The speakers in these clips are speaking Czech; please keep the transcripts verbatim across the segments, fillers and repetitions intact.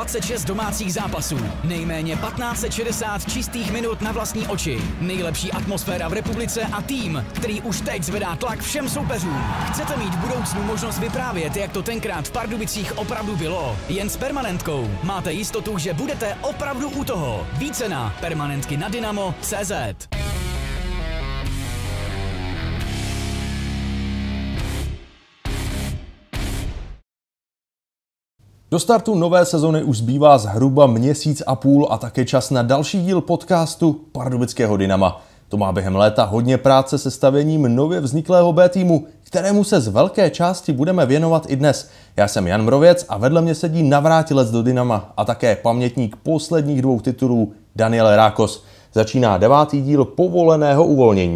dvacet šest domácích zápasů, nejméně patnáct set šedesát čistých minut na vlastní oči, nejlepší atmosféra v republice a tým, který už teď zvedá tlak všem soupeřům. Chcete mít v budoucnu možnost vyprávět, jak to tenkrát v Pardubicích opravdu bylo? Jen s permanentkou máte jistotu, že budete opravdu u toho. Více na permanentky na dynamo tečka cé zet. Do startu nové sezony už zbývá zhruba měsíc a půl a také čas na další díl podcastu Pardubického Dynama. To má během léta hodně práce se stavěním nově vzniklého B týmu, kterému se z velké části budeme věnovat i dnes. Já jsem Jan Mrověc a vedle mě sedí navrátilec do Dynama a také pamětník posledních dvou titulů Daniel Rákos. Začíná devátý díl povoleného uvolnění.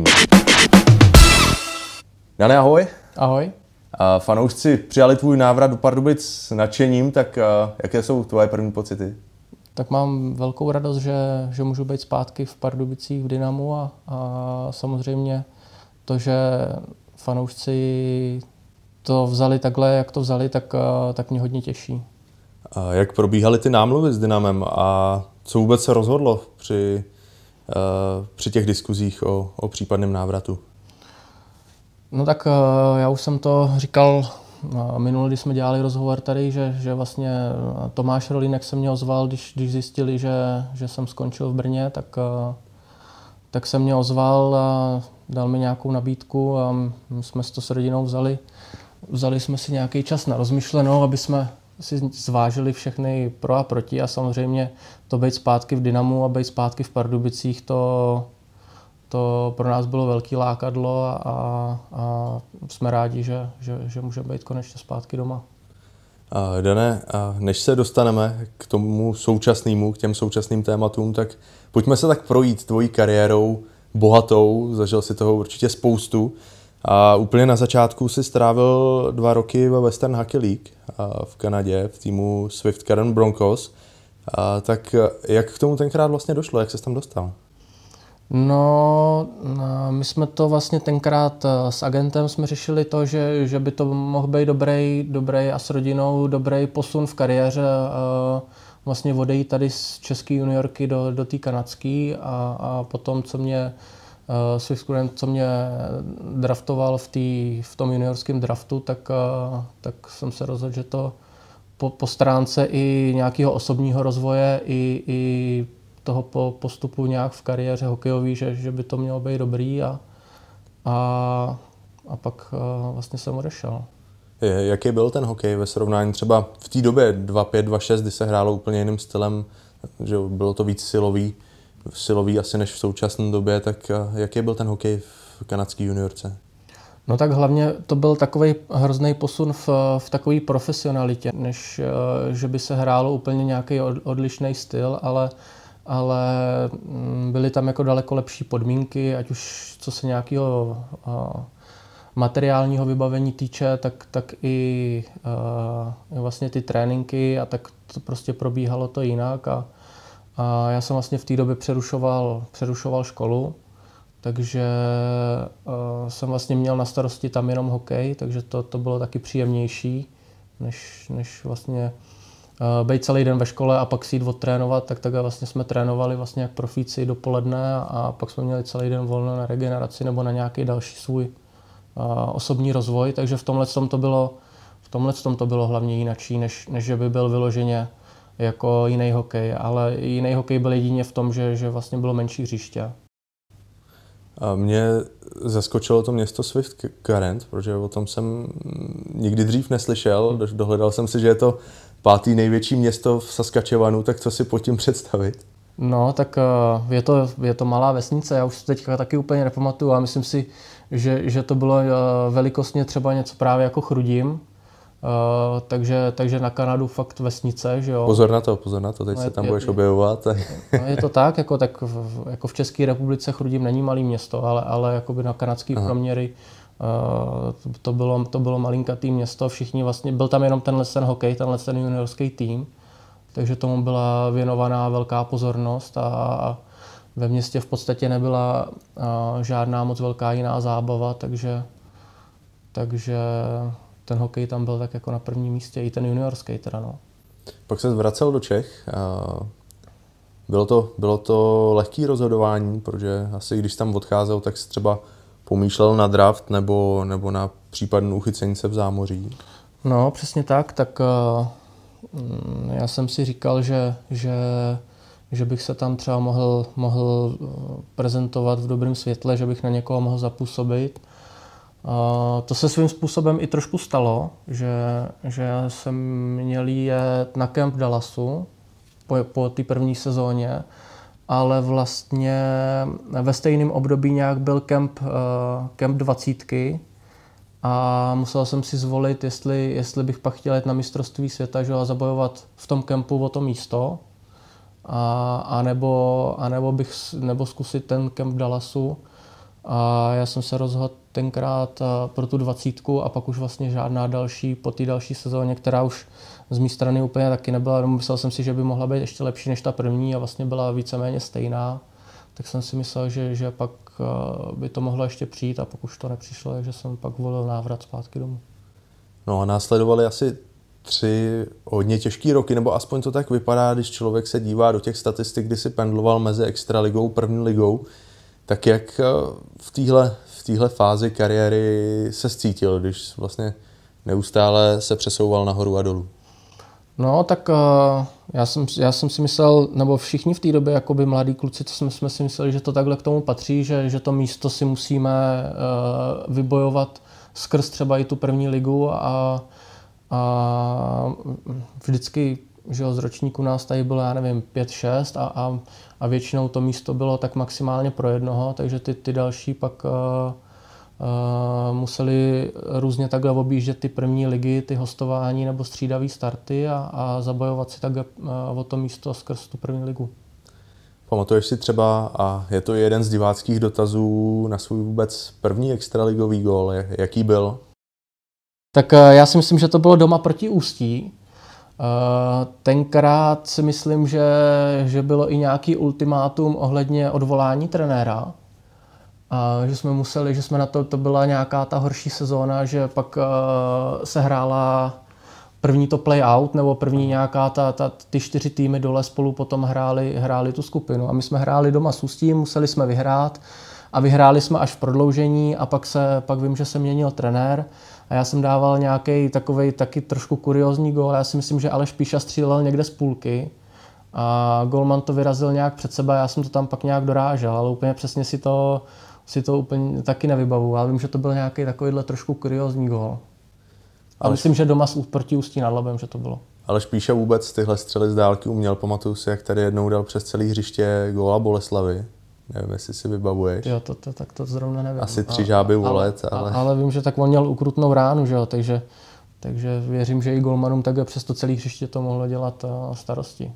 Dane, ahoj. Ahoj. Fanoušci přijali tvůj návrat do Pardubic s nadšením, tak jaké jsou tvoje první pocity? Tak mám velkou radost, že, že můžu být zpátky v Pardubicích v Dynamu a, a samozřejmě to, že fanoušci to vzali takhle, jak to vzali, tak, tak mě hodně těší. A jak probíhaly ty námluvy s Dynamem a co vůbec se rozhodlo při, při těch diskuzích o, o případném návratu? No tak já už jsem to říkal minule, když jsme dělali rozhovor tady, že, že vlastně Tomáš Rolínek se mě ozval, když, když zjistili, že, že jsem skončil v Brně, tak, tak se mě ozval a dal mi nějakou nabídku a jsme si to s rodinou vzali. Vzali jsme si nějaký čas na rozmyšlenou, aby jsme si zvážili všechny pro a proti a samozřejmě to být zpátky v Dynamu a být zpátky v Pardubicích, to To pro nás bylo velký lákadlo a, a jsme rádi, že, že, že můžeme být konečně zpátky doma. A Dane, a než se dostaneme k tomu současnému, k těm současným tématům, tak pojďme se tak projít tvojí kariérou bohatou, zažil si toho určitě spoustu. A úplně na začátku si strávil dva roky ve Western Hockey League v Kanadě v týmu Swift Current Broncos. A tak jak k tomu tenkrát vlastně došlo, jak ses tam dostal? No, my jsme to vlastně tenkrát s agentem jsme řešili to, že, že by to mohl být dobrý, dobrý a s rodinou dobrý posun v kariéře. Vlastně odejít tady z české juniorky do, do té kanadské a, a potom, co mě Swift Current, co mě draftoval v, tý, v tom juniorském draftu, tak, tak jsem se rozhodl, že to po, po stránce i nějakého osobního rozvoje, i, i toho po postupu nějak v kariéře hokejový, že, že by to mělo být dobrý a, a, a pak vlastně jsem odešel. Jaký byl ten hokej ve srovnání třeba v té době dva pět, dva šest, kdy se hrálo úplně jiným stylem, že bylo to víc silový, silový asi než v současné době, tak jaký byl ten hokej v kanadské juniorce? No tak hlavně to byl takový hrozný posun v, v takové profesionalitě, než že by se hrálo úplně nějaký odlišný styl, ale ale byly tam jako daleko lepší podmínky, ať už co se nějakého materiálního vybavení týče, tak, tak i uh, vlastně ty tréninky a tak to prostě probíhalo to jinak a, a já jsem vlastně v té době přerušoval, přerušoval školu, takže uh, jsem vlastně měl na starosti tam jenom hokej, takže to, to bylo taky příjemnější, než, než vlastně Uh, být celý den ve škole a pak si jít odtrénovat, tak takhle vlastně jsme trénovali vlastně jak profíci dopoledne a pak jsme měli celý den volno na regeneraci nebo na nějaký další svůj uh, osobní rozvoj, takže v tomhle tom to bylo, v tomhle tom to bylo hlavně jinačí, než, než že by byl vyloženě jako jiný hokej, ale jiný hokej byl jedině v tom, že, že vlastně bylo menší hřiště. A mě zaskočilo to město Swift Current, protože o tom jsem nikdy dřív neslyšel. Dohledal jsem si, že je to pátý největší město v Saskatchewanu, tak co si pod tím představit? No, tak je to, je to malá vesnice, já už si teďka taky úplně nepamatuju, ale myslím si, že, že to bylo velikostně třeba něco právě jako Chrudim, uh, takže, takže na Kanadu fakt vesnice, že jo. Pozor na to, pozor na to, teď no se tam je, budeš je, objevovat. No, je to tak, jako, tak v, jako v České republice Chrudim není malý město, ale, ale jakoby na kanadské proměry uh, to bylo, to bylo malinkatý město, všichni vlastně, byl tam jenom tenhle ten hokej, tenhle ten juniorský tým, takže tomu byla věnovaná velká pozornost a, a ve městě v podstatě nebyla uh, žádná moc velká jiná zábava, takže, takže ten hokej tam byl tak jako na prvním místě, i ten juniorský teda, no. Pak se vracel do Čech. Bylo to, bylo to lehké rozhodování, protože asi když tam odcházel, tak si třeba pomýšlel na draft nebo, nebo na případné uchycení se v zámoří. No, přesně tak. Tak uh, já jsem si říkal, že, že, že bych se tam třeba mohl, mohl prezentovat v dobrém světle, že bych na někoho mohl zapůsobit. Uh, to se svým způsobem i trošku stalo, že, že jsem měl jet na kemp Dallasu po, po té první sezóně, ale vlastně ve stejném období nějak byl kemp, uh, kemp dvacítky a musel jsem si zvolit, jestli, jestli bych pak chtěl jet na mistrovství světa, že, a zabojovat v tom kempu o to místo, a, a, nebo, a nebo bych nebo zkusit ten kemp v Dallasu. A já jsem se rozhodl tenkrát pro tu dvacítku a pak už vlastně žádná další, po té další sezóně, která už z mé strany úplně taky nebyla. Myslel jsem si, že by mohla být ještě lepší než ta první a vlastně byla víceméně stejná. Tak jsem si myslel, že, že pak by to mohlo ještě přijít a pak už to nepřišlo, takže jsem pak volil návrat zpátky domů. No a následovaly asi tři hodně těžký roky, nebo aspoň to tak vypadá, když člověk se dívá do těch statistik, kdy si pendloval mezi extraligou, první ligou. Tak jak v téhle v téhle fázi kariéry se cítil, když vlastně neustále se přesouval nahoru a dolů? No, tak uh, já, jsem, já jsem si myslel, nebo všichni v té době, jakoby mladí kluci, to jsme, jsme si mysleli, že to takhle k tomu patří, že, že to místo si musíme uh, vybojovat skrz třeba i tu první ligu a, a vždycky, že z ročníku nás tady bylo, já nevím, pět šest a, a, a většinou to místo bylo tak maximálně pro jednoho, takže ty, ty další pak uh, uh, museli různě takhle objíždět ty první ligy, ty hostování nebo střídavý starty a, a zabojovat si takhle uh, o to místo skrz tu první ligu. Pamatuješ si třeba, a je to jeden z diváckých dotazů, na svůj vůbec první extraligový gól, jaký byl? Tak uh, já si myslím, že to bylo doma proti Ústí. Uh, tenkrát si myslím, že, že bylo i nějaký ultimátum ohledně odvolání trenéra. A že jsme museli, že jsme na to, to byla nějaká ta horší sezóna, že pak uh, se hrála první to play-out, nebo první nějaká ta, ta, ty čtyři týmy dole spolu potom hráli, hráli tu skupinu. A my jsme hráli doma s Ústím, museli jsme vyhrát a vyhráli jsme až v prodloužení a pak, se, pak vím, že se měnil trenér. A já jsem dával nějaký takovej taky trošku kuriózní gól. Já si myslím, že Aleš Píša střílel někde z půlky a golman to vyrazil nějak před sebe. Já jsem to tam pak nějak dorážel, ale úplně přesně si to, si to úplně taky nevybavuju. Ale vím, že to byl nějaký takovýhle trošku kuriózní gól. A myslím, že doma proti Ústí nad Labem, že to bylo. Aleš Píša vůbec tyhle střely z dálky uměl. Pamatuju si, jak tady jednou dal přes celé hřiště góla Boleslavy. Nevím, jestli si vybavuješ. Jo, to, to, tak to zrovna nevím. Asi tři žáby volet, ale... ale... Ale vím, že tak on měl ukrutnou ránu, že jo, takže, takže věřím, že i golmanům takhle přes to celé hřiště to mohlo dělat starosti.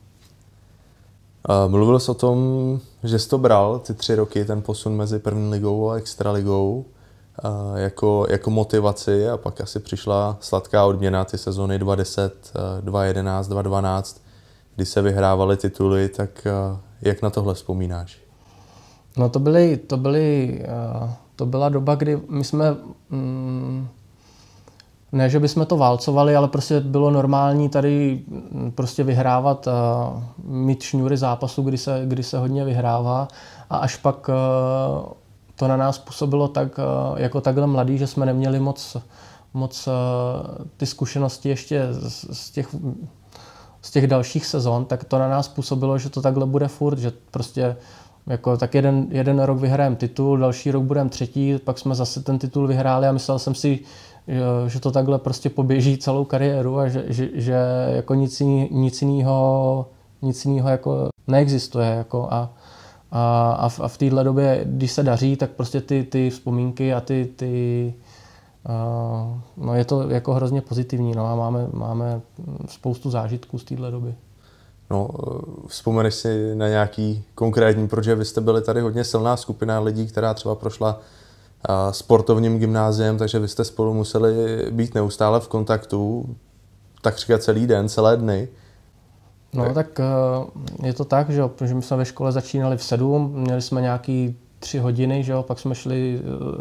Mluvil jsi o tom, že jsi to bral, ty tři roky, ten posun mezi první ligou a extraligou, jako, jako motivaci a pak asi přišla sladká odměna, ty sezony dva deset, dva jedenáct, dva dvanáct, kdy se vyhrávaly tituly, tak jak na tohle vzpomínáš? No to byly, to byly, to byla doba, kdy my jsme, mm, ne, že bychom to válcovali, ale prostě bylo normální tady prostě vyhrávat, mít šňůry zápasu, kdy se, kdy se hodně vyhrává a až pak to na nás působilo tak, jako takhle mladý, že jsme neměli moc, moc ty zkušenosti ještě z těch, z těch dalších sezon, tak to na nás působilo, že to takhle bude furt, že prostě jako, tak jeden, jeden rok vyhrajeme titul, další rok budeme třetí, pak jsme zase ten titul vyhráli a myslel jsem si, že, že to takhle prostě poběží celou kariéru a že, že, že jako nic, jiný, nic jiného nic jiného jako neexistuje. Jako a, a, a v, a v téhle době, když se daří, tak prostě ty, ty vzpomínky a ty, ty uh, no je to jako hrozně pozitivní, no a máme, máme spoustu zážitků z téhle doby. No, vzpomeneš si na nějaký konkrétní, protože vy jste byli tady hodně silná skupina lidí, která třeba prošla sportovním gymnáziem, takže vy jste spolu museli být neustále v kontaktu, takřka celý den, celé dny. No tak, tak je to tak, že, že my jsme ve škole začínali v sedm, měli jsme nějaký tři hodiny, že jo, pak jsme šli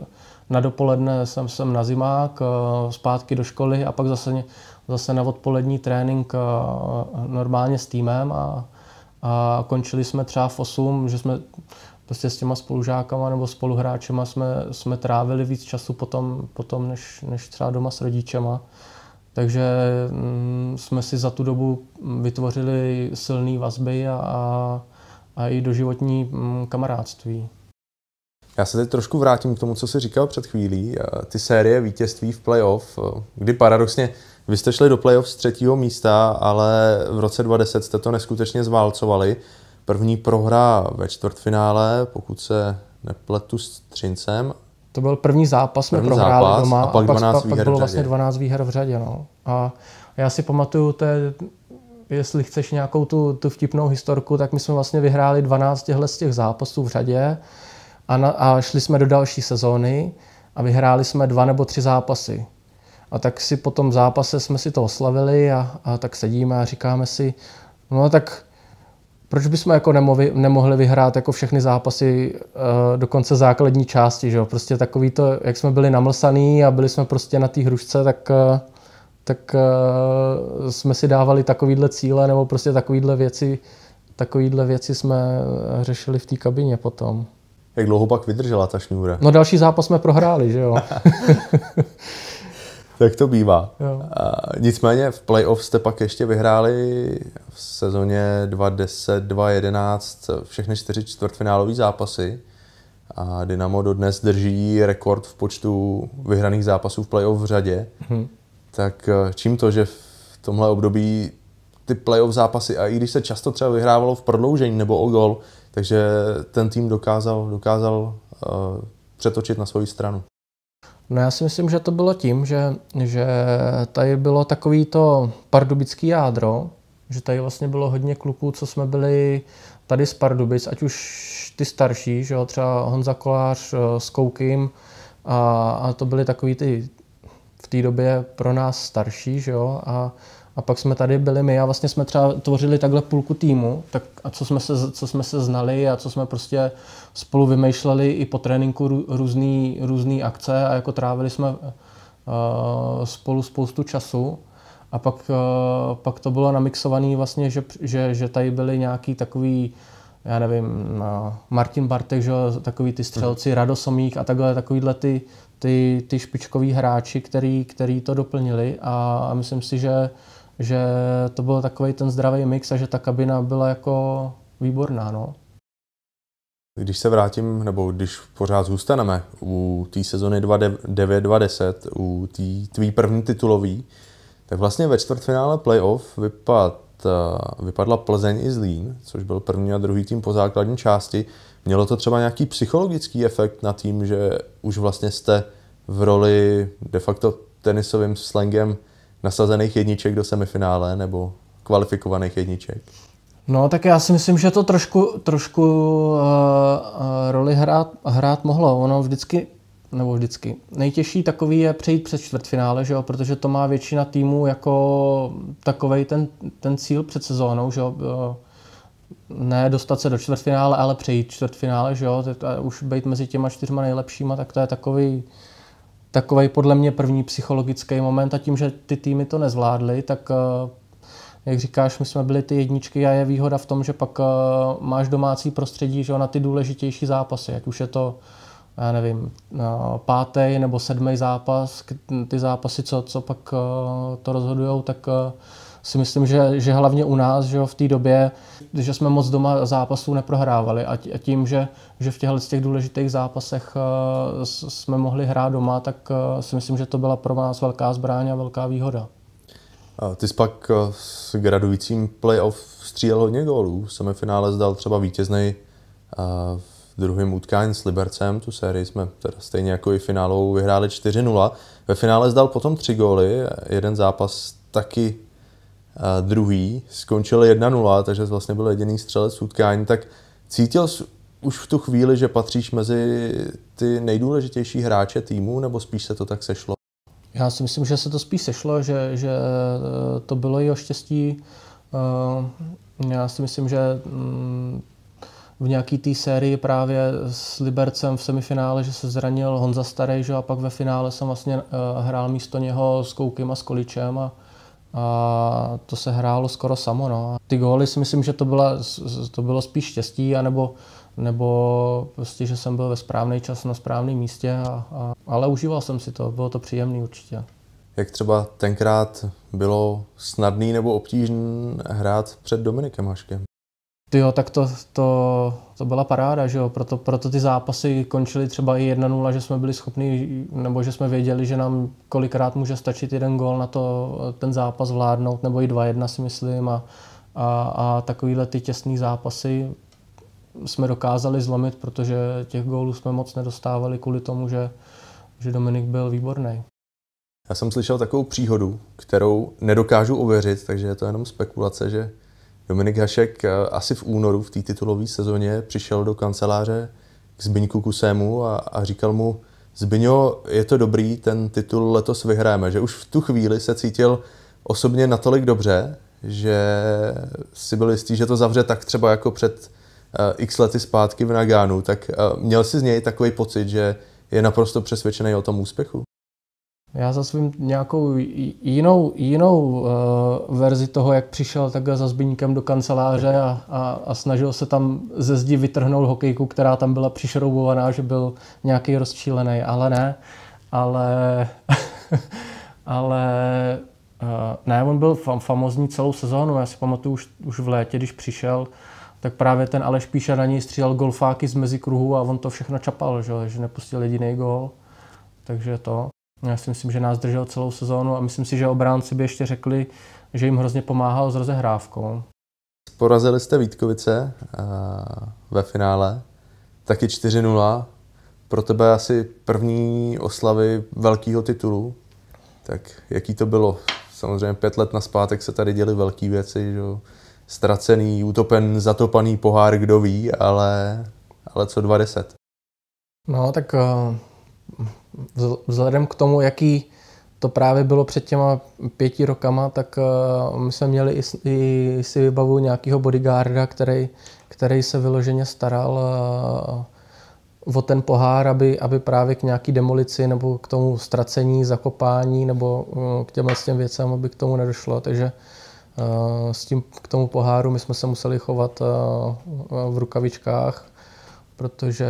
na dopoledne jsem, jsem na zimák, zpátky do školy a pak zase, zase na odpolední trénink normálně s týmem a, a končili jsme třeba v osm, že jsme prostě s těma spolužákama nebo spoluhráčema jsme, jsme trávili víc času potom, potom než, než třeba doma s rodičema. Takže mm, jsme si za tu dobu vytvořili silné vazby a, a, a i doživotní mm, kamarádství. Já se teď trošku vrátím k tomu, co jsi říkal před chvílí. Ty série vítězství v playoff, kdy paradoxně vy jste šli do playoff z třetího místa, ale v roce dva tisíce deset jste to neskutečně zválcovali. První prohra ve čtvrtfinále, pokud se nepletu, s Třincem. To byl první zápas, jsme první prohráli zápas, doma a pak, a dvanáct pak, pak bylo vlastně dvanáct výher v řadě. No. A já si pamatuju, to je, jestli chceš nějakou tu, tu vtipnou historku, tak my jsme vlastně vyhráli dvanáct z těch zápasů v řadě a, na, a šli jsme do další sezóny a vyhráli jsme dva nebo tři zápasy. A tak si po tom zápase jsme si to oslavili a, a tak sedíme a říkáme si, no tak proč bychom jako nemohli, nemohli vyhrát jako všechny zápasy uh, do konce základní části, že jo? Prostě takový to, jak jsme byli namlsaný a byli jsme prostě na té hrušce, tak, uh, tak uh, jsme si dávali takovýhle cíle nebo prostě takovýhle věci, takovýhle věci jsme řešili v té kabině potom. Jak dlouho pak vydržela ta šňůra? No další zápas jsme prohráli, že jo? Tak to bývá. Jo. A nicméně v playoff jste pak ještě vyhráli v sezóně dva tisíce deset dva tisíce jedenáct všechny čtyři čtvrtfinálové zápasy a Dynamo dodnes drží rekord v počtu vyhraných zápasů v playoff v řadě. Hmm. Tak čím to, že v tomhle období ty playoff zápasy, a i když se často třeba vyhrávalo v prodloužení nebo o gol, takže ten tým dokázal, dokázal uh, přetočit na svou stranu. No já si myslím, že to bylo tím, že, že tady bylo takový to pardubický jádro, že tady vlastně bylo hodně kluků, co jsme byli tady z Pardubic, ať už ty starší, že jo, třeba Honza Kolář s Koukim a, a to byly takový ty v té době pro nás starší, že jo, a, a pak jsme tady byli my a vlastně jsme třeba tvořili takhle půlku týmu, tak a co jsme se, co jsme se znali a co jsme prostě spolu vymýšleli i po tréninku různý, různý akce a jako trávili jsme uh, spolu spoustu času a pak, uh, pak to bylo namixované vlastně, že, že, že tady byli nějaký takový, já nevím, uh, Martin Bartek, že, takový ty střelci, Rado Somík a takhle takovýhle ty, ty, ty špičkoví hráči, který, který to doplnili a, a myslím si, že, že to byl takový ten zdravý mix a že ta kabina byla jako výborná, no. Když se vrátím, nebo když pořád zůstaneme u té sezony dva tisíce devět dva tisíce deset, u té tvý první titulový, tak vlastně ve čtvrtfinále playoff vypad, vypadla Plzeň i Zlín, což byl první a druhý tým po základní části. Mělo to třeba nějaký psychologický efekt na tým, že už vlastně jste v roli de facto tenisovým slangem nasazených jedniček do semifinále nebo kvalifikovaných jedniček? No, tak já si myslím, že to trošku, trošku uh, uh, roli hrát, hrát mohlo. Ono vždycky, nebo vždycky, nejtěžší takový je přejít přes čtvrtfinále, že jo? Protože to má většina týmů jako takovej ten, ten cíl před sezónou, že jo? Ne dostat se do čtvrtfinále, ale přejít čtvrtfinále, že jo? Už být mezi těma čtyřma nejlepšíma, tak to je takový, takovej podle mě první psychologický moment a tím, že ty týmy to nezvládly, tak uh, jak říkáš, my jsme byli ty jedničky a je výhoda v tom, že pak uh, máš domácí prostředí, že, na ty důležitější zápasy, ať už je to, já nevím, uh, pátý nebo sedmý zápas, ty zápasy, co, co pak uh, to rozhodujou, tak uh, si myslím, že, že hlavně u nás, že v té době, že jsme moc doma zápasů neprohrávali a tím, že, že v těchto těch důležitých zápasech uh, jsme mohli hrát doma, tak uh, si myslím, že to byla pro nás velká zbraň a velká výhoda. Ty jsi pak s gradujícím playoff střílel hodně gólů. V semifinále zdal třeba vítěznej v druhém utkání s Libercem. Tu sérii jsme teda stejně jako i finálovou vyhráli čtyři nula. Ve finále zdal potom tři góly. Jeden zápas taky druhý. Skončil jedna nula, takže vlastně byl jediný střelec v utkání. Tak cítil jsi už v tu chvíli, že patříš mezi ty nejdůležitější hráče týmu, nebo spíš se to tak sešlo? Já si myslím, že se to spíš sešlo, že, že to bylo i o štěstí. Já si myslím, že v nějaký té sérii právě s Libercem v semifinále, že se zranil Honza Starý, že a pak ve finále jsem vlastně uh, hrál místo něho s Koukim a s Količem a, a to se hrálo skoro samo. No. Ty góly si myslím, že to, byla, to bylo spíš štěstí, anebo, nebo prostě, že jsem byl ve správný čas na správném místě, a, a, ale užíval jsem si to, bylo to příjemné určitě. Jak třeba tenkrát bylo snadný nebo obtížný hrát před Dominikem Haškem? Jo, tak to, to, to byla paráda, že jo, proto, proto ty zápasy končily třeba i jedna nula, že jsme byli schopni, nebo že jsme věděli, že nám kolikrát může stačit jeden gól na to ten zápas vládnout, nebo i dva jedna si myslím, a, a, a takovýhle ty těsný zápasy jsme dokázali zlomit, protože těch gólů jsme moc nedostávali kvůli tomu, že, že Dominik byl výborný. Já jsem slyšel takovou příhodu, kterou nedokážu ověřit, takže je to jenom spekulace, že Dominik Hašek asi v únoru v té titulové sezóně přišel do kanceláře k Zbyňku Kusému a, a říkal mu: Zbyňo, je to dobrý, ten titul letos vyhrajeme. Že už v tu chvíli se cítil osobně natolik dobře, že si byl jistý, že to zavře tak třeba jako před uh, x lety zpátky v Nagánu. Tak uh, měl si z něj takový pocit, že je naprosto přesvědčený o tom úspěchu? Já za svým nějakou jinou, jinou uh, verzi toho, jak přišel takhle za Zbyňkem do kanceláře a, a, a snažil se tam ze zdi vytrhnout hokejku, která tam byla přišroubovaná, že byl nějaký rozčílený, ale ne. Ale, ale uh, ne, on byl fam, famózní celou sezónu. Já si pamatuju už, už v létě, když přišel, tak právě ten Aleš Píša na něj střílel golfáky z mezikruhu a on to všechno čapal, že, že nepustil jediný gól. Takže to. Já si myslím, že nás držel celou sezónu a myslím si, že obránci by ještě řekli, že jim hrozně pomáhal s rozehrávkou. Porazili jste Vítkovice ve finále, taky čtyři nula. Pro tebe asi první oslavy velkého titulu. Tak jaký to bylo? Samozřejmě pět let nazpátek se tady děly velké věci, že? Ztracený, utopen, zatopaný pohár, kdo ví, ale, ale co dva deset? No tak vzhledem k tomu, jaký to právě bylo před těma pěti rokama, tak my jsme měli i, i si vybavu nějakého bodyguarda, který, který se vyloženě staral o ten pohár, aby, aby právě k nějaký demolici nebo k tomu ztracení, zakopání nebo k těmhle těm věcem, aby k tomu nedošlo. Takže s tím k tomu poháru my jsme se museli chovat v rukavičkách, protože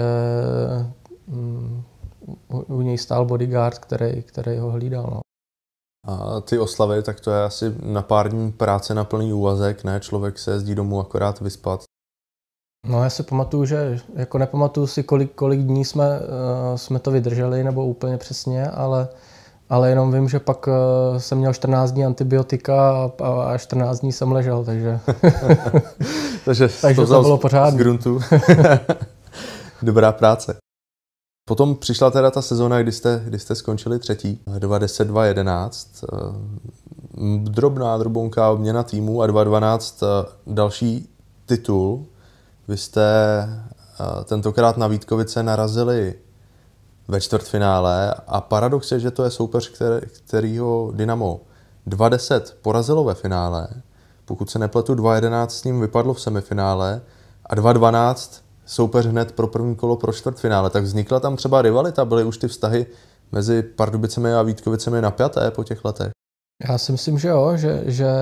u něj stál bodyguard, který, který ho hlídal. No. A ty oslavy, tak to je asi na pár dní práce na plný úvazek, ne? Člověk se jezdí domů akorát vyspat. No já si pamatuju, že jako nepamatuju si, kolik, kolik dní jsme, uh, jsme to vydrželi, nebo úplně přesně, ale, ale jenom vím, že pak uh, jsem měl čtrnáct dní antibiotika a, a čtrnáct dní jsem ležel, takže, takže, takže to, to bylo pořádné. Z gruntu. Dobrá práce. Potom přišla teda ta sezóna, kdy jste, kdy jste skončili třetí, dva deset dva jedenáct. Drobná, drobonká obměna týmu a dva dvanáct další titul. Vy jste tentokrát na Vítkovice narazili ve čtvrtfinále a paradox je, že to je soupeř, který, kterýho Dynamo dva deset porazilo ve finále. Pokud se nepletu, dva jedenáct s ním vypadlo v semifinále a dva dvanáct soupeř hned pro první kolo pro čtvrtfinále. Tak vznikla tam třeba rivalita, byly už ty vztahy mezi Pardubicemi a Vítkovicemi napjaté po těch letech? Já si myslím, že jo, že, že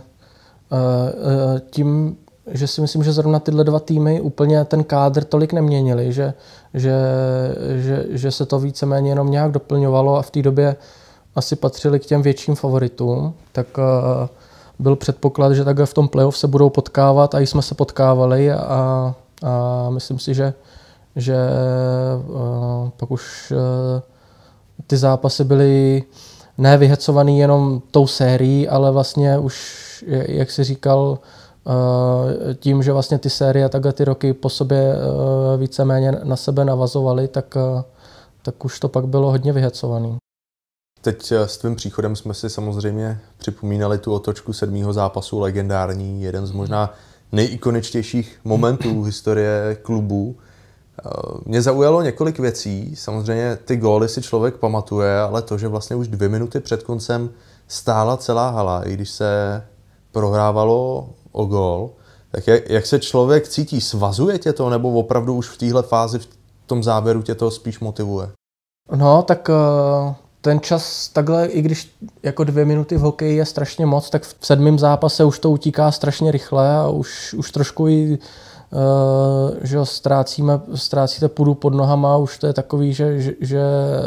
tím, že si myslím, že zrovna tyhle dva týmy úplně ten kádr tolik neměnili, že, že, že, že se to víceméně jenom nějak doplňovalo a v té době asi patřili k těm větším favoritům, tak byl předpoklad, že takhle v tom playoff se budou potkávat a i jsme se potkávali a A myslím si, že, že uh, pak už uh, ty zápasy byly nevyhecovaný jenom tou sérií, ale vlastně už, jak jsi říkal, uh, tím, že vlastně ty série takhle ty roky po sobě uh, víceméně na sebe navazovaly, tak, uh, tak už to pak bylo hodně vyhecovaný. Teď s tvým příchodem jsme si samozřejmě připomínali tu otočku sedmého zápasu, legendární, jeden z možná nejikoničtějších momentů historie klubu. Mě zaujalo několik věcí. Samozřejmě ty góly si člověk pamatuje, ale to, že vlastně už dvě minuty před koncem stála celá hala, i když se prohrávalo o gól, Tak jak, jak se člověk cítí? Svazuje tě to, nebo opravdu už v téhle fázi, v tom závěru tě to spíš motivuje? No, tak ten čas takhle, i když jako dvě minuty v hokeji je strašně moc, tak v sedmém zápase už to utíká strašně rychle a už, už trošku i Uh, že ztrácíme, ztrácíte půdu pod nohama, už to je takový, že, že, že,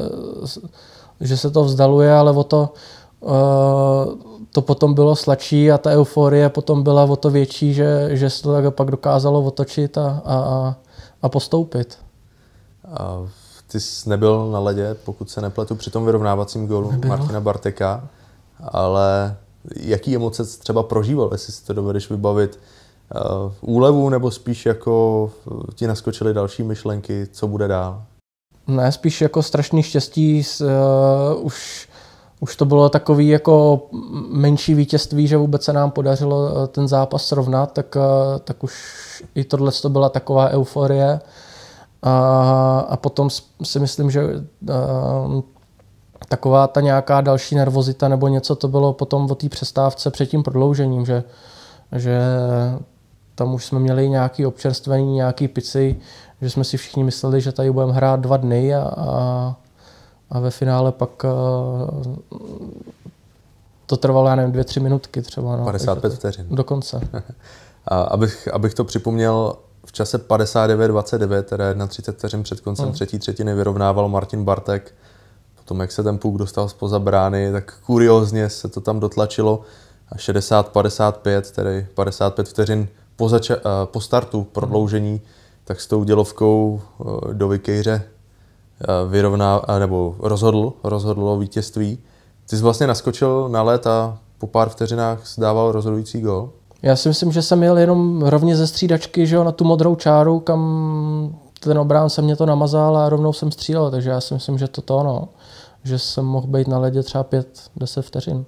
že se to vzdaluje, ale o to, uh, to potom bylo sladší a ta euforie potom byla o to větší, že, že se to tak pak dokázalo otočit a, a, a postoupit. A ty jsi nebyl na ledě, pokud se nepletu, při tom vyrovnávacím gólu Nebyl. Martina Barteka, ale jaký emoce třeba prožíval, jestli si to dovedeš vybavit? Uh, úlevu, nebo spíš jako ti naskočily další myšlenky, co bude dál? Ne, spíš jako strašný štěstí. Uh, už, už to bylo takový jako menší vítězství, že vůbec se nám podařilo ten zápas srovnat, tak, uh, tak už i tohle to byla taková euforie. A, a potom si myslím, že uh, taková ta nějaká další nervozita nebo něco, to bylo potom o té přestávce před tím prodloužením, že, že tam už jsme měli nějaké občerstvení, nějaké pici, že jsme si všichni mysleli, že tady budeme hrát dva dny a, a, a ve finále pak uh, to trvalo, já nevím, dvě, tři minutky třeba. No, padesát pět vteřin. Dokonce. A abych, abych to připomněl, v čase padesát devět dvacet devět, teda třicet jedna vteřin před koncem hmm. třetí třetiny, vyrovnával Martin Bartek. Potom, jak se ten puk dostal zpoza brány, tak kuriózně se to tam dotlačilo. A šedesát padesát pět, tedy padesát pět vteřin po, zača- po startu prodloužení, tak s tou dělovkou do Vikejře vyrovná, nebo rozhodl, rozhodl o vítězství. Ty jsi vlastně naskočil na led a po pár vteřinách dával rozhodující gól. Já si myslím, že jsem jel jenom rovně ze střídačky, že jo, na tu modrou čáru, kam ten obránce mě to namazal a rovnou jsem střílel, takže já si myslím, že to to, no, že jsem mohl být na ledě třeba pět deset vteřin.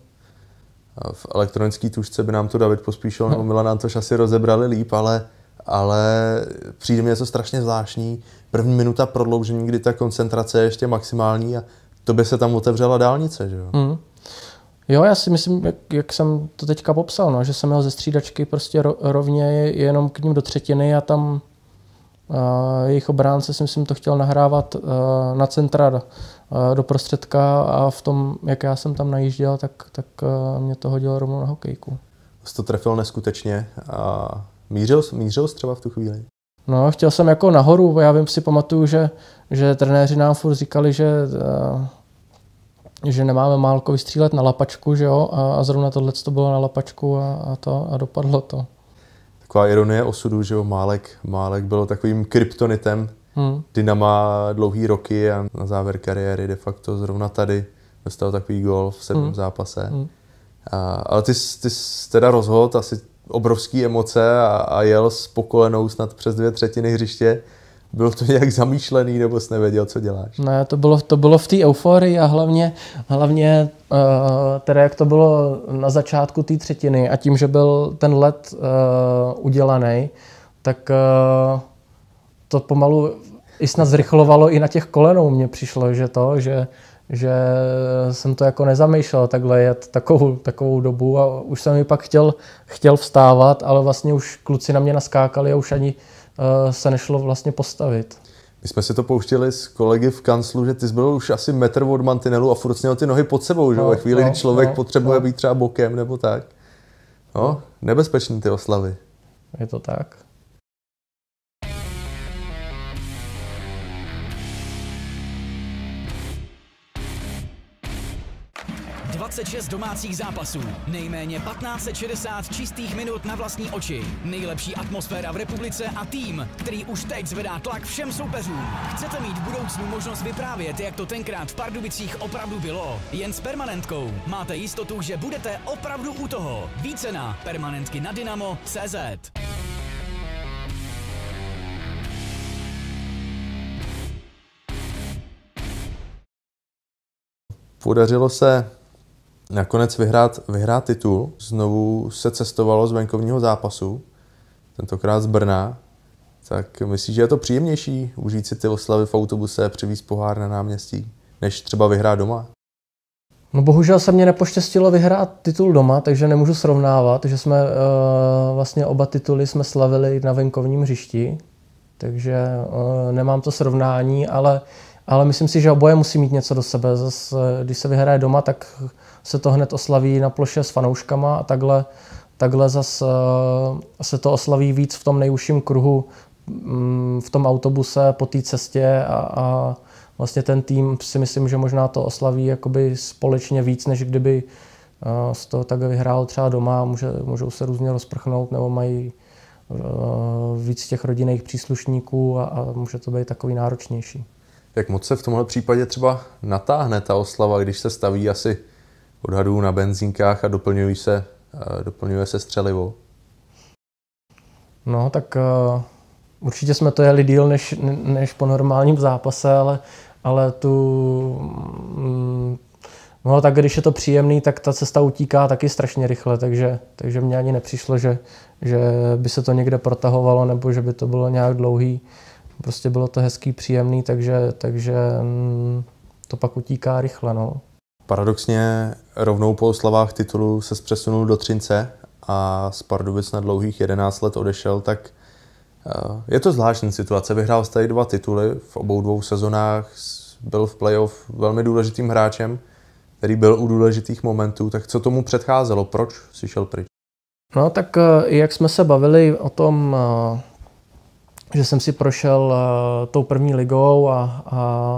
V elektronické tužce by nám to David Pospíšil nebo Milan Antoš asi rozebrali líp, ale, ale přijde mi něco strašně zvláštní. První minuta prodloužení, kdy ta koncentrace je ještě maximální a to by se tam otevřela dálnice, že jo? Mm. Jo, já si myslím, jak, jak jsem to teďka popsal, no, že jsem měl ze střídačky prostě ro, rovně jenom k ním do třetiny a tam uh, jejich obránce si myslím to chtěl nahrávat uh, na centra do, uh, do prostředka a v tom, jak já jsem tam najížděl, tak, tak uh, mě to hodilo rovnou na hokejku. Jsi to trefil neskutečně a mířil, mířil jsi třeba v tu chvíli? No, chtěl jsem jako nahoru, já vím, si pamatuju, že, že trenéři nám furt říkali, že uh, že nemáme Málko vystřílet na lapačku, že jo, a, a zrovna tohle to bylo na lapačku a, a to a dopadlo to. Taková ironie osudu, že jo, Málek, Málek byl takovým kryptonitem hmm. Dynama dlouhý roky a na závěr kariéry de facto zrovna tady dostal takový gól v sedmém hmm. zápase. Hmm. A, ale ty, ty jsi teda rozhodl asi obrovský emoce a, a jel s pokolenou snad přes dvě třetiny hřiště. Bylo to nějak zamýšlený, nebo jsi nevěděl, co děláš? Ne, to bylo, to bylo v té euforii a hlavně, hlavně uh, teda jak to bylo na začátku té třetiny a tím, že byl ten led uh, udělaný, tak uh, to pomalu i snad zrychlovalo i na těch kolenou. Mně přišlo, že to, že, že jsem to jako nezamýšlel takhle jet takovou, takovou dobu a už jsem mi pak chtěl, chtěl vstávat, ale vlastně už kluci na mě naskákali a už ani se nešlo vlastně postavit. My jsme si to pouštěli s kolegy v kanclu, že ty jsi byl už asi metr od mantinelu a furt měl ty nohy pod sebou, že no, ve chvíli, no, kdy člověk no, potřebuje no. být třeba bokem nebo tak. No, no, nebezpečný ty oslavy. Je to tak. dvacet šest domácích zápasů, nejméně patnáct set šedesát čistých minut na vlastní oči, nejlepší atmosféra v republice a tým, který už teď zvedá tlak všem soupeřům. Chcete mít v budoucnu možnost vyprávět, jak to tenkrát v Pardubicích opravdu bylo? Jen s permanentkou máte jistotu, že budete opravdu u toho. Více na permanentky na dynamo tečka cé zet. Podařilo se nakonec vyhrát, vyhrát titul. Znovu se cestovalo z venkovního zápasu, tentokrát z Brna. Tak myslíš, že je to příjemnější užít si ty oslavy v autobuse a přivízt pohár na náměstí, než třeba vyhrát doma? No bohužel se mě nepoštěstilo vyhrát titul doma, takže nemůžu srovnávat, že jsme uh, vlastně oba tituly jsme slavili na venkovním hřišti, takže uh, nemám to srovnání, ale, ale myslím si, že oboje musí mít něco do sebe. Zas, když se vyhraje doma, tak se to hned oslaví na ploše s fanouškama a takhle, takhle zas uh, se to oslaví víc v tom nejužším kruhu, um, v tom autobuse, po té cestě a, a vlastně ten tým si myslím, že možná to oslaví jakoby společně víc, než kdyby uh, z toho tak vyhrál třeba doma, může, můžou se různě rozprchnout nebo mají uh, víc těch rodinných příslušníků a, a může to být takový náročnější. Jak moc se v tomhle případě třeba natáhne ta oslava, když se staví asi odhadů na benzínkách a doplňují se, uh, doplňuje se střelivo? No tak uh, určitě jsme to jeli díl než, než po normálním zápase, ale, ale tu, mm, no tak když je to příjemný, tak ta cesta utíká taky strašně rychle, takže, takže mně ani nepřišlo, že, že by se to někde protahovalo nebo že by to bylo nějak dlouhý. Prostě bylo to hezký, příjemný, takže, takže mm, to pak utíká rychle. No. Paradoxně rovnou po oslavách titulu se přesunul do Třince a z Pardubic na dlouhých jedenáct let odešel, tak je to zvláštní situace. Vyhrál jste dva tituly v obou dvou sezonách, byl v playoff velmi důležitým hráčem, který byl u důležitých momentů. Tak co tomu předcházelo? Proč si šel pryč? No tak jak jsme se bavili o tom, že jsem si prošel tou první ligou a, a,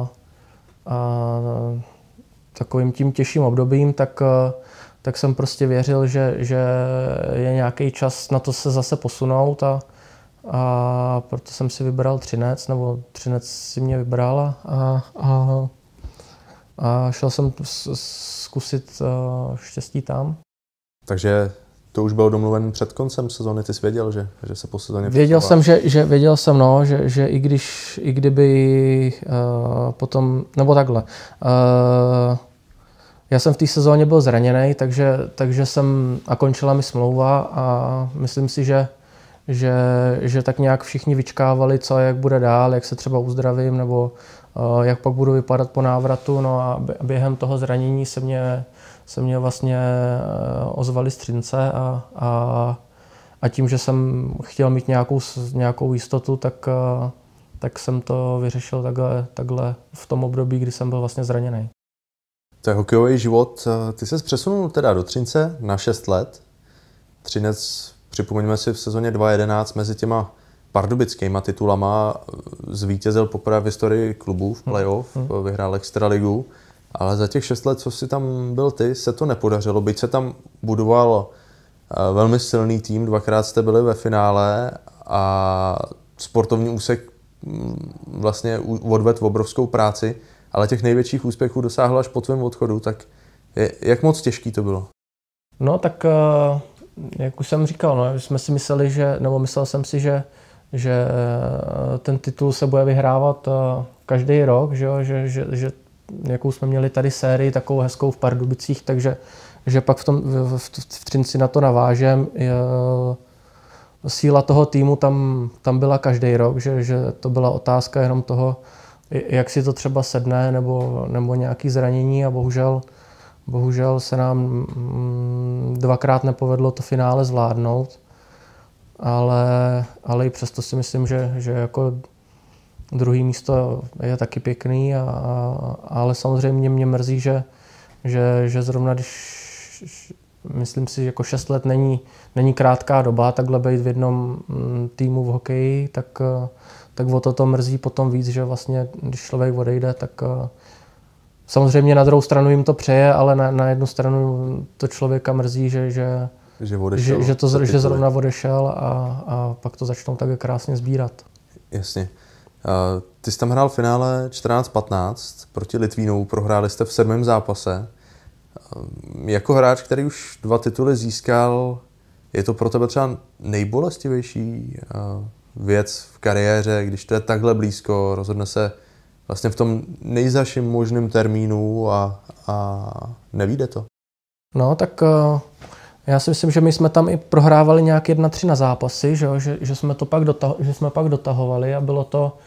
a takovým tím těžším obdobím, tak, tak jsem prostě věřil, že, že je nějaký čas na to se zase posunout a a proto jsem si vybral Třinec, nebo Třinec si mě vybral a, a, a šel jsem zkusit štěstí tam. Takže to už bylo domluven před koncem sezóny, ty jsi věděl, že, že se po sezóně Věděl jsem, že, že, věděl jsem, no, že, že i když, i kdyby uh, potom, nebo takhle, uh, já jsem v té sezóně byl zraněný, takže, takže jsem, a končila mi smlouva a myslím si, že Že, že tak nějak všichni vyčkávali, co a jak bude dál, jak se třeba uzdravím, nebo uh, jak pak budu vypadat po návratu. No a během toho zranění se mě, se mě vlastně uh, ozvali z Třince a, a, a tím, že jsem chtěl mít nějakou, nějakou jistotu, tak, uh, tak jsem to vyřešil takhle, takhle v tom období, kdy jsem byl vlastně zraněný. To je hokejový život. Ty ses přesunul teda do Třince na šest let. Třinec, připomeňme si, v sezóně dva tisíce jedenáct mezi těma pardubickýma titulama zvítězil poprvé v historii klubů v playoff, hmm. vyhrál extraligu, ale za těch šest let, co si tam byl ty, se to nepodařilo, byť se tam budoval velmi silný tým, dvakrát jste byli ve finále a sportovní úsek vlastně odvedl obrovskou práci, ale těch největších úspěchů dosáhl až po tvém odchodu, tak je, jak moc těžký to bylo? No tak, jak už jsem říkal, no, jsme si mysleli, že, nebo myslel jsem si, že, že ten titul se bude vyhrávat každý rok, že, že, že, že jakou jsme měli tady sérii takovou hezkou v Pardubicích, takže že pak v, tom, v, v, v Třinci na to navážem. Je, síla toho týmu tam, tam byla každý rok, že, že to byla otázka jenom toho, jak si to třeba sedne, nebo, nebo nějaké zranění a bohužel, bohužel se nám dvakrát nepovedlo to finále zvládnout, ale, ale i přesto si myslím, že, že jako druhý místo je taky pěkný, a, a, ale samozřejmě mě mrzí, že, že, že zrovna když myslím si, že jako šest let není, není krátká doba, takhle být v jednom týmu v hokeji, tak, tak o to to mrzí potom víc, že vlastně, když člověk odejde, tak samozřejmě na druhou stranu jim to přeje, ale na, na jednu stranu to člověka mrzí, že, že, že, odešel, že, že, to, že zrovna odešel a, a pak to začnou tak krásně sbírat. Jasně. Uh, ty jsi tam hrál v finále čtrnáct patnáct proti Litvínu, prohráli jste v sedmém zápase. Uh, jako hráč, který už dva tituly získal, je to pro tebe třeba nejbolestivější uh, věc v kariéře, když to je takhle blízko, rozhodne se vlastně v tom nejzaším možným termínu a, a nevíde to? No tak uh, já si myslím, že my jsme tam i prohrávali nějak jedna tři na zápasy, že, že, že, jsme to pak dotah- že jsme pak dotahovali a bylo to,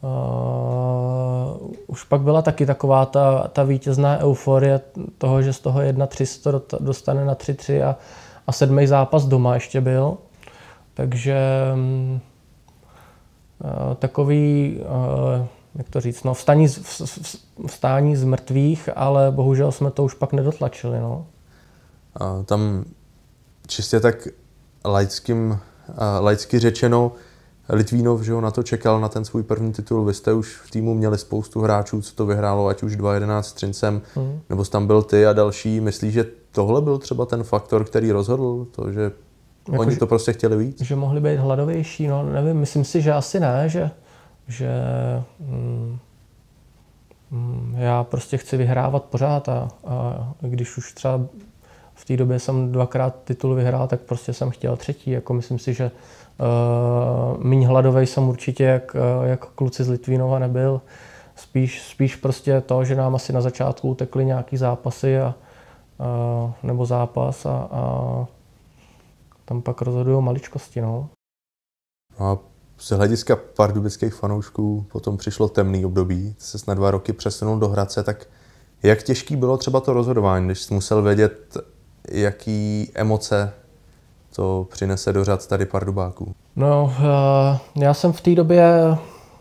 Uh, už pak byla taky taková ta, ta vítězná euforie toho, že z toho jedna tři se to dostane na tři tři a, a sedmý zápas doma ještě byl. Takže um, uh, takový, uh, jak to říct, no, vstání, v, vstání z mrtvých, ale bohužel jsme to už pak nedotlačili. No. A tam čistě tak laickým, laicky řečeno, Litvínov, že ho na to čekal, na ten svůj první titul. Vy jste už v týmu měli spoustu hráčů, co to vyhrálo, ať už dva jedenáct s Třincem, mm. nebo tam byl ty a další. Myslíš, že tohle byl třeba ten faktor, který rozhodl? To, že jako oni to prostě chtěli víc? Že mohli být hladovější, no nevím, myslím si, že asi ne, že, že mm, mm, já prostě chci vyhrávat pořád a, a když už třeba v té době jsem dvakrát titul vyhrál, tak prostě jsem chtěl třetí. Jako myslím si, že uh, míň hladovej jsem určitě jak, uh, jak kluci z Litvínova nebyl. Spíš, spíš prostě to, že nám asi na začátku utekly nějaký zápasy a, uh, nebo zápas a, a tam pak rozhodují maličkosti. No. No a z hlediska pardubických fanoušků potom přišlo temný období. Se na dva roky přesunul do Hradce, tak jak těžký bylo třeba to rozhodování, když jsi musel vědět, jaký emoce to přinese do řad tady Pardubáků? No, já jsem v té době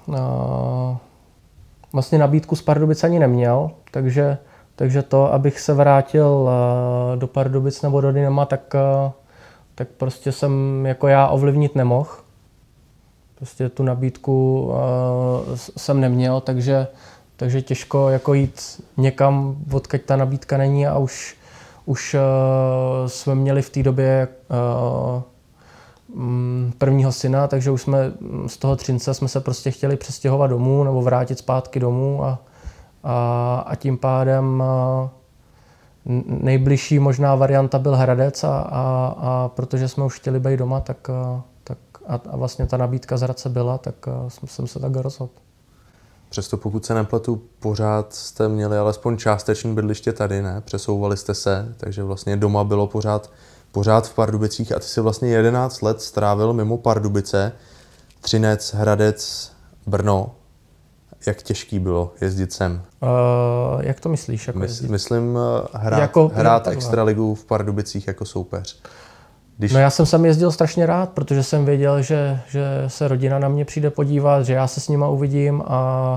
vlastně nabídku z Pardubic ani neměl, takže, takže to, abych se vrátil do Pardubic nebo do Dynama, tak, tak prostě jsem jako já ovlivnit nemohl. Prostě tu nabídku jsem neměl, takže, takže těžko jako jít někam, odkud ta nabídka není a už Už uh, jsme měli v té době uh, um, prvního syna, takže už jsme z toho Třince jsme se prostě chtěli přestěhovat domů nebo vrátit zpátky domů a, a, a tím pádem uh, nejbližší možná varianta byl Hradec a, a, a protože jsme už chtěli být doma, tak, uh, tak a, a vlastně ta nabídka z Hradce byla, tak uh, jsem se tak rozhodl. Přesto pokud se nepletu, pořád jste měli alespoň částečný bydliště tady, ne? Přesouvali jste se, takže vlastně doma bylo pořád, pořád v Pardubicích a ty si vlastně jedenáct let strávil mimo Pardubice, Třinec, Hradec, Brno. Jak těžký bylo jezdit sem? Uh, jak to myslíš? Jako Mys, myslím hrát, jako, hrát extraligu v Pardubicích jako soupeř. Když... No já jsem sem jezdil strašně rád, protože jsem věděl, že, že se rodina na mě přijde podívat, že já se s nima uvidím a,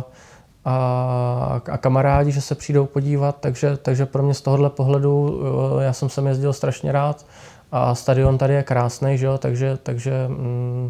a, a kamarádi, že se přijdou podívat, takže, takže pro mě z tohohle pohledu já jsem sem jezdil strašně rád a stadion tady je krásný, že jo, takže, takže, mm,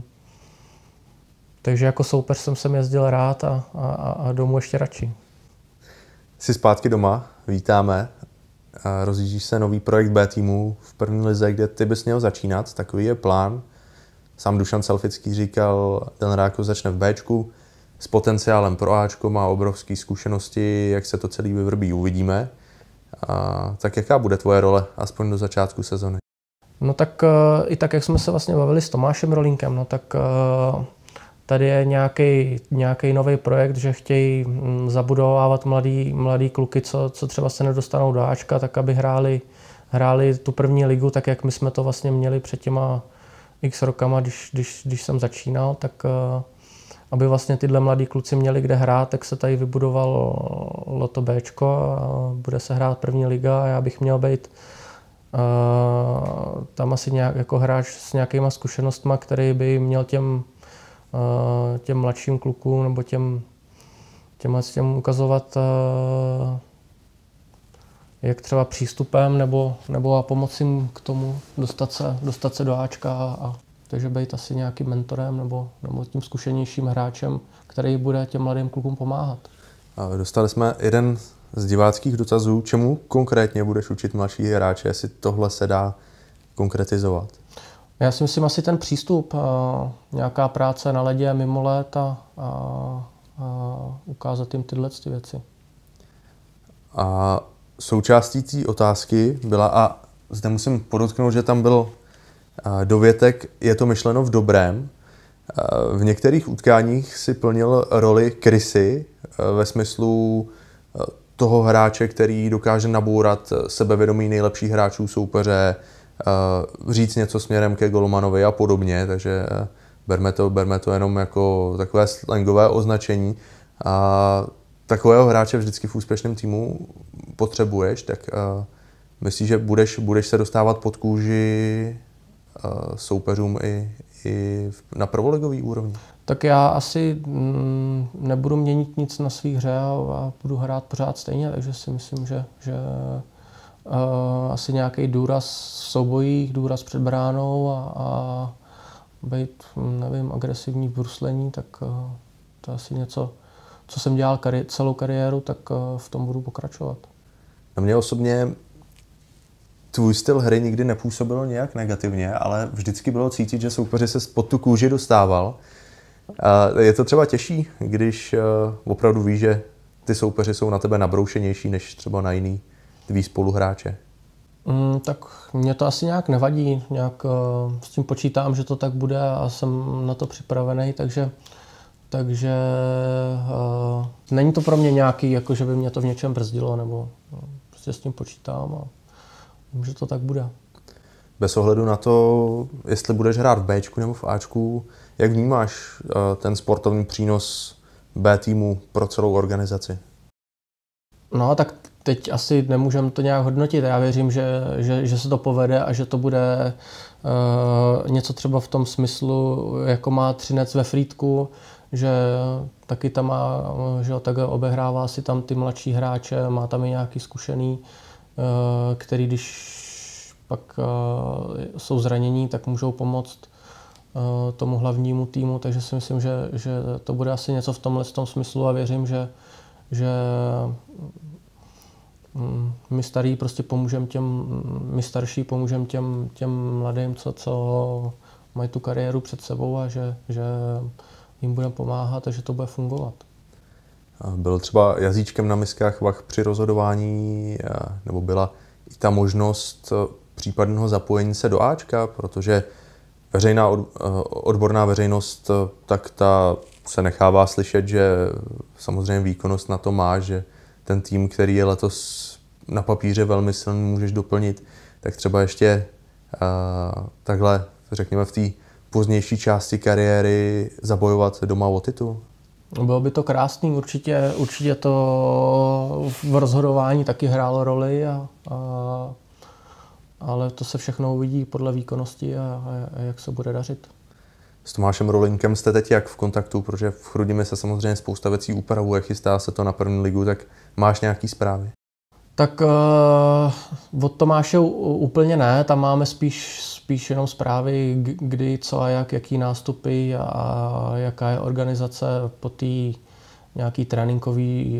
takže jako soupeř jsem sem jezdil rád a, a, a domů ještě radši. Jsi zpátky doma, vítáme. Rozjíždí se nový projekt B týmu v první lize, kde ty bys měl začínat, takový je plán. Sám Dušan Selfický říkal, Dan Ráko začne v Bčku, s potenciálem pro Ačko, má obrovské zkušenosti, jak se to celý vyvrbí, uvidíme. A, tak jaká bude tvoje role, aspoň do začátku sezony? No tak i tak, jak jsme se vlastně bavili s Tomášem Rolínkem, no tak tady je nějaký, nějaký nový projekt, že chtějí zabudovávat mladý, mladý kluky, co, co třeba se nedostanou do Ačka, tak aby hráli, hráli tu první ligu, tak jak my jsme to vlastně měli před těma x rokama, když, když, když jsem začínal, tak aby vlastně tyhle mladí kluci měli kde hrát, tak se tady vybudovalo to Bčko a bude se hrát první liga a já bych měl být uh, tam asi nějak, jako hráč s nějakýma zkušenostma, který by měl těm těm mladším klukům nebo těm, těm, těm ukazovat, jak třeba přístupem nebo, nebo a pomoci jim k tomu dostat se, dostat se do Ačka a takže být asi nějakým mentorem nebo, nebo tím zkušenějším hráčem, který bude těm mladým klukům pomáhat. A dostali jsme jeden z diváckých dotazů. Čemu konkrétně budeš učit mladší hráče, jestli tohle se dá konkretizovat? Já si myslím asi ten přístup, nějaká práce na ledě mimo let a, a, a ukázat jim tyhle ty věci. A součástí té otázky byla, a zde musím podotknout, že tam byl dovětek, je to myšleno v dobrém. V některých utkáních si plnil roli krysy ve smyslu toho hráče, který dokáže nabourat sebevědomí nejlepších hráčů soupeře, říct něco směrem ke golmanovi a podobně, takže berme to, berme to jenom jako takové slangové označení. A takového hráče vždycky v úspěšném týmu potřebuješ, tak uh, myslíš, že budeš, budeš se dostávat pod kůži uh, soupeřům i, i na prvoligový úrovni? Tak já asi mm, nebudu měnit nic na svých hře a, a budu hrát pořád stejně, takže si myslím, že, že uh, asi nějaký důraz v soubojích, důraz před bránou a, a být, nevím, agresivní v bruslení, tak uh, to je asi něco, co jsem dělal kari- celou kariéru, tak uh, v tom budu pokračovat. Na mě osobně tvůj styl hry nikdy nepůsobilo nějak negativně, ale vždycky bylo cítit, že soupeři se pod tu kůži dostával. A je to třeba těžší, když uh, opravdu víš, že ty soupeři jsou na tebe nabroušenější než třeba na jiný tvý spoluhráče? Mm, tak mě to asi nějak nevadí, nějak uh, s tím počítám, že to tak bude a jsem na to připravený, takže, takže uh, není to pro mě nějaký, jako že by mě to v něčem brzdilo, nebo no, prostě s tím počítám a vím, že to tak bude. Bez ohledu na to, jestli budeš hrát v Bčku nebo v Ačku, jak vnímáš uh, ten sportovní přínos B týmu pro celou organizaci? No tak teď asi nemůžeme to nějak hodnotit. Já věřím, že, že, že se to povede a že to bude uh, něco třeba v tom smyslu, jako má Třinec ve Frýdku, že taky tam má, že takhle obehrává si tam ty mladší hráče, má tam i nějaký zkušený, uh, který když pak uh, jsou zranění, tak můžou pomoct uh, tomu hlavnímu týmu, takže si myslím, že, že to bude asi něco v tomhle tom smyslu a věřím, že, že my starý prostě pomůžeme těm, my starší pomůžeme těm, těm mladým, co, co mají tu kariéru před sebou a že, že jim budeme pomáhat a že to bude fungovat. Byl třeba jazyčkem na miskách vah při rozhodování, nebo byla i ta možnost případného zapojení se do Ačka, protože veřejná odborná veřejnost, tak ta se nechává slyšet, že samozřejmě výkonnost na to má, že ten tým, který je letos na papíře velmi silný, můžeš doplnit, tak třeba ještě uh, takhle, řekněme, v té pozdější části kariéry zabojovat doma o titul? Bylo by to krásný, určitě, určitě to v rozhodování taky hrálo roli, a, a, ale to se všechno uvidí podle výkonnosti a, a, a jak se bude dařit. S Tomášem Rolinkem jste teď jak v kontaktu, protože v Chrudimi se samozřejmě spousta věcí upravuje, chystá se to na první ligu, tak máš nějaký zprávy? Tak uh, od Tomáše úplně ne, tam máme spíš, spíš jenom zprávy, kdy, co a jak, jaký nástupy a jaká je organizace po té nějaký tréninkový,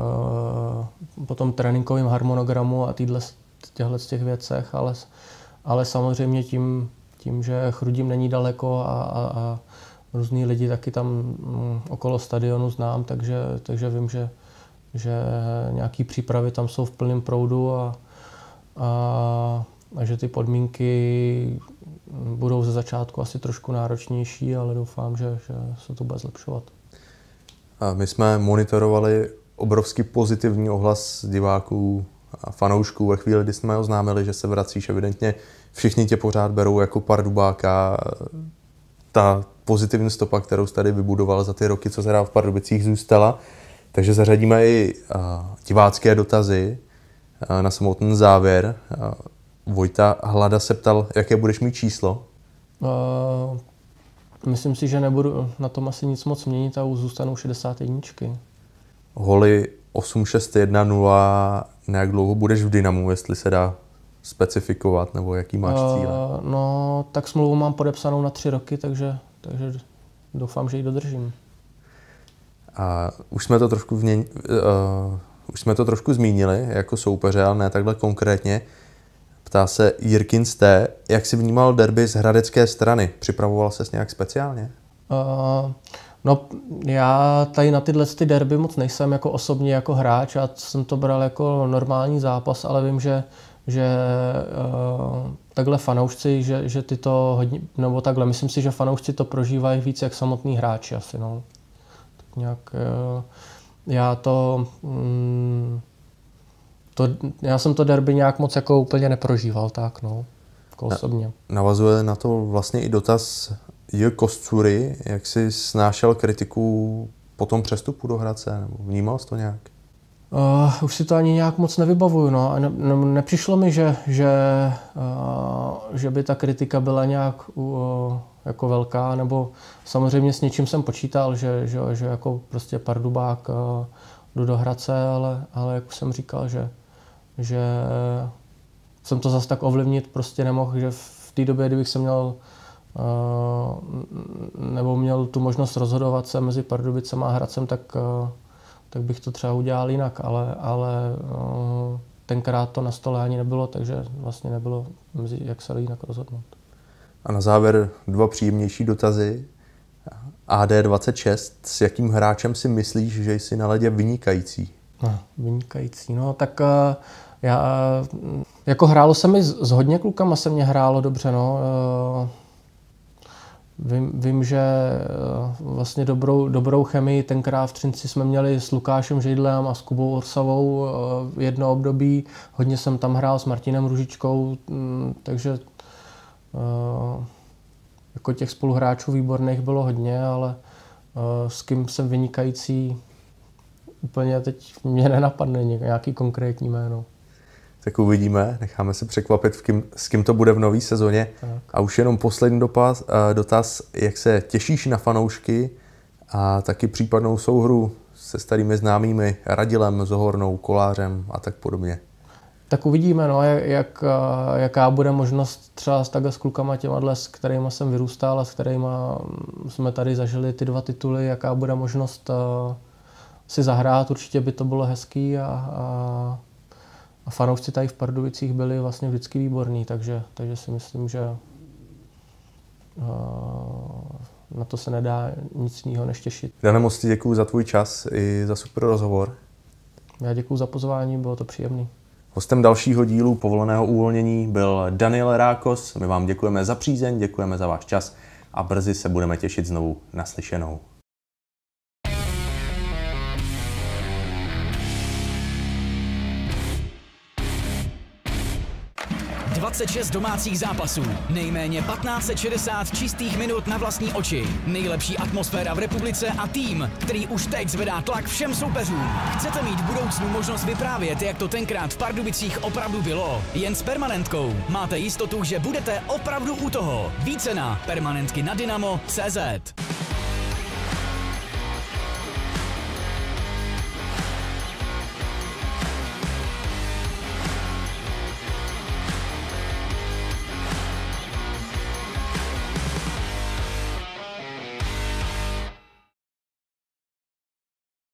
uh, po tom tréninkovém harmonogramu a týhle, těchto těch věcech, ale, ale samozřejmě tím, tím, že Chrudim není daleko a, a, a různý lidi taky tam um, okolo stadionu znám, takže, takže vím, že že nějaké přípravy tam jsou v plném proudu a, a, a že ty podmínky budou ze začátku asi trošku náročnější, ale doufám, že, že se to bude zlepšovat. A my jsme monitorovali obrovský pozitivní ohlas diváků a fanoušků ve chvíli, kdy jsme oznámili, že se vracíš. Evidentně všichni tě pořád berou jako Pardubáka. Ta pozitivní stopa, kterou jsi tady vybudoval za ty roky, co se hrál v Pardubicích, zůstala. Takže zařadíme i uh, divácké dotazy uh, na samotný závěr. Uh, Vojta Hlada se ptal, jaké budeš mít číslo? Uh, myslím si, že nebudu na tom asi nic moc měnit a už zůstanou šedesát jedničky. Holy osm šest jedna nula, na jak dlouho budeš v Dynamu, jestli se dá specifikovat, nebo jaký máš cíle? Uh, no, tak smlouvu mám podepsanou na tři roky, takže, takže doufám, že ji dodržím. A už jsme to trošku v ně, uh, už jsme to trošku zmínili jako soupeře, ale ne takhle konkrétně. Ptá se Jirkin Sté, jak jsi vnímal derby z hradecké strany? Připravoval ses nějak speciálně? Uh, no, já tady na tyhle ty derby moc nejsem jako osobně jako hráč, já jsem to bral jako normální zápas, ale vím, že, že uh, takhle fanoušci, že, že ty to hodně, nebo takhle, myslím si, že fanoušci to prožívají víc jak samotný hráči asi, no. Nějak, já to, to, já jsem to derby nějak moc jako úplně neprožíval, tak no, jako osobně. Navazuje na to vlastně i dotaz J. Koscury, jak jsi snášel kritiku po tom přestupu do Hradce? Nebo vnímal jsi to nějak? Uh, už si to ani nějak moc nevybavuju. No. Ne, ne, nepřišlo mi, že, že, uh, že by ta kritika byla nějak uh, jako velká, nebo samozřejmě s něčím jsem počítal, že, že, že jako prostě Pardubák uh, jdu do Hradce, ale, ale jak už jsem říkal, že, že jsem to zase tak ovlivnit prostě nemohl, že v té době, kdybych se měl uh, nebo měl tu možnost rozhodovat se mezi Pardubicem a Hradcem, tak uh, tak bych to třeba udělal jinak, ale, ale uh, tenkrát to na stole ani nebylo, takže vlastně nebylo, jak se jinak rozhodnout. A na závěr dva příjemnější dotazy. A D dvacet šest, s jakým hráčem si myslíš, že jsi na ledě vynikající? No, vynikající, no tak uh, já, jako hrálo se mi s, s hodně klukama, se mě hrálo dobře, no. Uh, Vím, vím, že vlastně dobrou, dobrou chemii tenkrát v Třinci jsme měli s Lukášem Žejdlem a s Kubou Orsavou jedno období. Hodně jsem tam hrál s Martinem Ružičkou, takže jako těch spoluhráčů výborných bylo hodně, ale s kým jsem vynikající, úplně teď mě nenapadne nějaký konkrétní jméno. Tak uvidíme, necháme se překvapit, v kým, s kým to bude v nové sezóně. Tak. A už jenom poslední dopad, dotaz, jak se těšíš na fanoušky a taky případnou souhru se starými známými Radilem, Zohornou, Kolářem a tak podobně. Tak uvidíme, no, jak, jaká bude možnost třeba s takhle s klukama těma, s kterými jsem vyrůstal a s kterými jsme tady zažili ty dva tituly, jaká bude možnost uh, si zahrát, určitě by to bylo hezký a, a A fanoušci tady v Pardubicích byli vlastně vždycky výborní, takže, takže si myslím, že uh, na to se nedá nic jiného než těšit. Dane, moc ti děkuju za tvůj čas i za super rozhovor. Já děkuju za pozvání, bylo to příjemný. Hostem dalšího dílu Povoleného uvolnění byl Daniel Rákos. My vám děkujeme za přízeň, děkujeme za váš čas a brzy se budeme těšit znovu naslyšenou. dvacet šest domácích zápasů, nejméně patnáct set šedesát čistých minut na vlastní oči, nejlepší atmosféra v republice a tým, který už teď zvedá tlak všem soupeřům. Chcete mít v budoucnu možnost vyprávět, jak to tenkrát v Pardubicích opravdu bylo? Jen s permanentkou máte jistotu, že budete opravdu u toho. Více na permanentky na dynamo tečka cé zet.